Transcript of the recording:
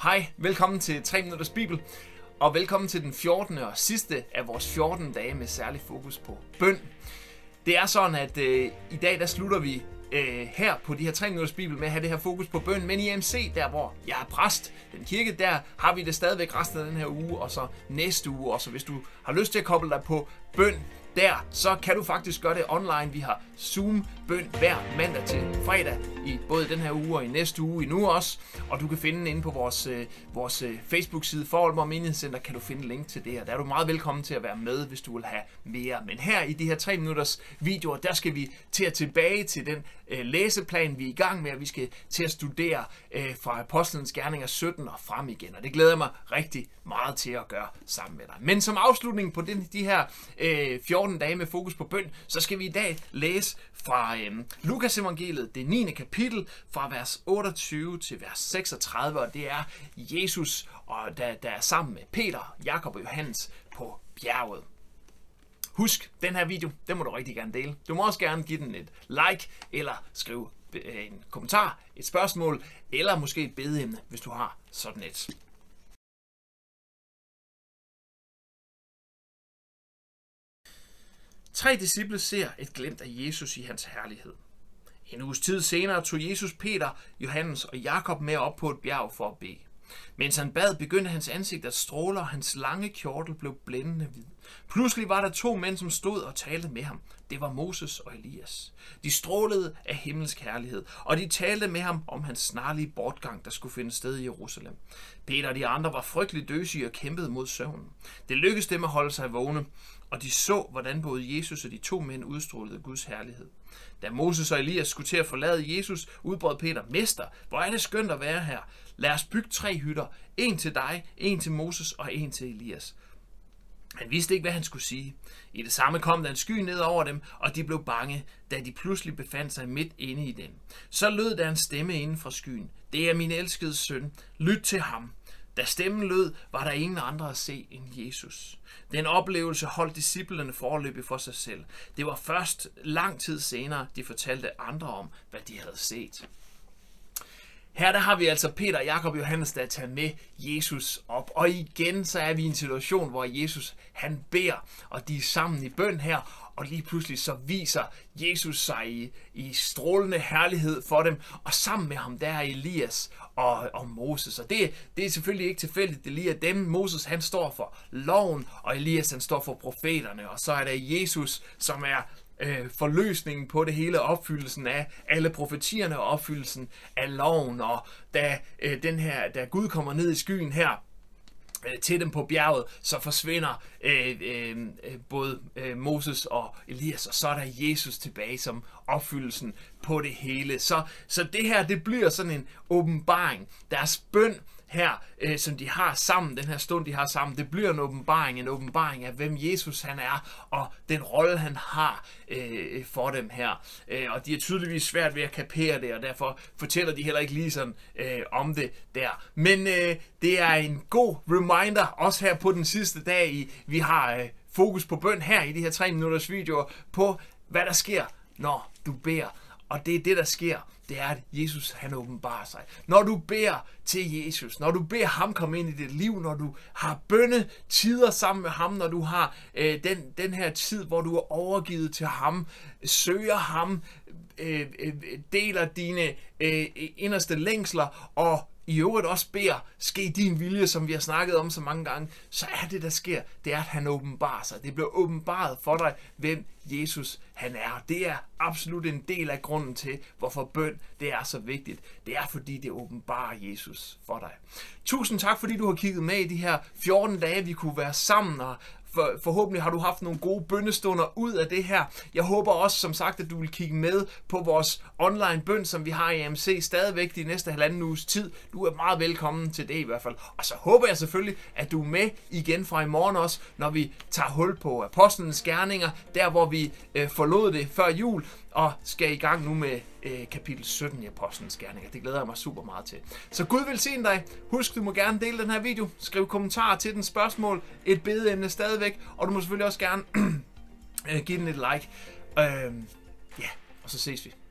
Hej, velkommen til 3 Minutters Bibel, og velkommen til den 14. og sidste af vores 14 dage med særlig fokus på bøn. Det er sådan, at i dag der slutter vi her på de her 3 Minutters Bibel med at have det her fokus på bøn, men i MC, der hvor jeg er præst, den kirke, der har vi det stadigvæk resten af den her uge, og så næste uge, og så hvis du har lyst til at koble dig på bøn, så kan du faktisk gøre det online. Vi har Zoom-bøn hver mandag til fredag i både den her uge og i næste uge endnu også. Og du kan finde den inde på vores Facebook-side for Aalborg Menighedscenter, kan du finde link til det. Og der er du meget velkommen til at være med, hvis du vil have mere. Men her i de her 3 minutters videoer, der skal vi tilbage til den læseplan, vi er i gang med, og vi skal til at studere fra Apostlenes Gerninger 17 og frem igen. Og det glæder jeg mig rigtig meget til at gøre sammen med dig. Men som afslutning på de her 14 dage med fokus på bøn, så skal vi i dag læse fra Lukas evangeliet, det 9. kapitel, fra vers 28 til vers 36, og det er Jesus, og der er sammen med Peter, Jakob og Johannes på bjerget. Husk, den her video, den må du rigtig gerne dele. Du må også gerne give den et like, eller skrive en kommentar, et spørgsmål, eller måske et bedeemne, hvis du har sådan et. 3 disciple ser et glimt af Jesus i hans herlighed. En uges tid senere tog Jesus Peter, Johannes og Jakob med op på et bjerg for at bede. Mens han bad, begyndte hans ansigt at stråle, og hans lange kjortel blev blændende hvid. Pludselig var der 2 mænd, som stod og talte med ham. Det var Moses og Elias. De strålede af himmelsk herlighed, og de talte med ham om hans snarlige bortgang, der skulle finde sted i Jerusalem. Peter og de andre var frygteligt døsige og kæmpede mod søvnen. Det lykkedes dem at holde sig vågne, og de så, hvordan både Jesus og de 2 mænd udstrålede Guds herlighed. Da Moses og Elias skulle til at forlade Jesus, udbrød Peter: Mester, hvor er det skønt at være her. Lad os bygge 3 hytter. En til dig, en til Moses og en til Elias. Han vidste ikke, hvad han skulle sige. I det samme kom der en sky ned over dem, og de blev bange, da de pludselig befandt sig midt inde i den. Så lød der en stemme inden fra skyen: Det er min elskede søn. Lyt til ham. Da stemmen lød, var der ingen andre at se end Jesus. Den oplevelse holdt disciplene foreløbig for sig selv. Det var først lang tid senere, de fortalte andre om, hvad de havde set. Her der har vi altså Peter, Jakob og Johannes, der tager med Jesus op. Og igen så er vi i en situation, hvor Jesus han beder, og de er sammen i bøn her. Og lige pludselig så viser Jesus sig i strålende herlighed for dem. Og sammen med ham der er Elias og Moses. Og det er selvfølgelig ikke tilfældigt. Det lige er dem. Moses han står for loven, og Elias han står for profeterne. Og så er der Jesus, som er forløsningen på det hele, opfyldelsen af alle profetierne og opfyldelsen af loven. Og da Gud kommer ned i skyen her til dem på bjerget, så forsvinder både Moses og Elias, og så er der Jesus tilbage som opfyldelsen på det hele. Så det her, det bliver sådan en åbenbaring. Deres bøn her, som de har sammen, den her stund, de har sammen, det bliver en åbenbaring af, hvem Jesus han er, og den rolle, han har for dem her. Og de er tydeligvis svært ved at kapere det, og derfor fortæller de heller ikke lige sådan om det der. Men det er en god reminder, også her på den sidste dag, vi har fokus på bøn her i de her 3 minutters videoer, på hvad der sker, når du beder. Og det er det, der sker. Det er, at Jesus han åbenbarer sig. Når du beder til Jesus, når du beder ham komme ind i dit liv, når du har bønnetider sammen med ham, når du har den her tid, hvor du er overgivet til ham, søger ham, deler dine inderste længsler, og i øvrigt også beder, ske din vilje, som vi har snakket om så mange gange, så er det, der sker, det er, at han åbenbarer sig. Det bliver åbenbaret for dig, hvem Jesus han er. Det er absolut en del af grunden til, hvorfor bøn det er så vigtigt. Det er, fordi det åbenbarer Jesus for dig. Tusind tak, fordi du har kigget med i de her 14 dage, vi kunne være sammen, og forhåbentlig har du haft nogle gode bønnestunder ud af det her. Jeg håber også, som sagt, at du vil kigge med på vores online bøn, som vi har i AMC stadigvæk de næste 1,5 uges tid. Du er meget velkommen til det i hvert fald. Og så håber jeg selvfølgelig, at du er med igen fra i morgen også, når vi tager hul på Apostlenes Gerninger, der hvor vi forlod det før jul, og skal i gang nu med kapitel 17 i Apostlenes Gerninger. Det glæder jeg mig super meget til. Så Gud velsigne dig. Husk, du må gerne dele den her video. Skriv kommentarer til den, spørgsmål, et bedeemne stadigvæk, og du må selvfølgelig også gerne give den et like. Ja, og så ses vi.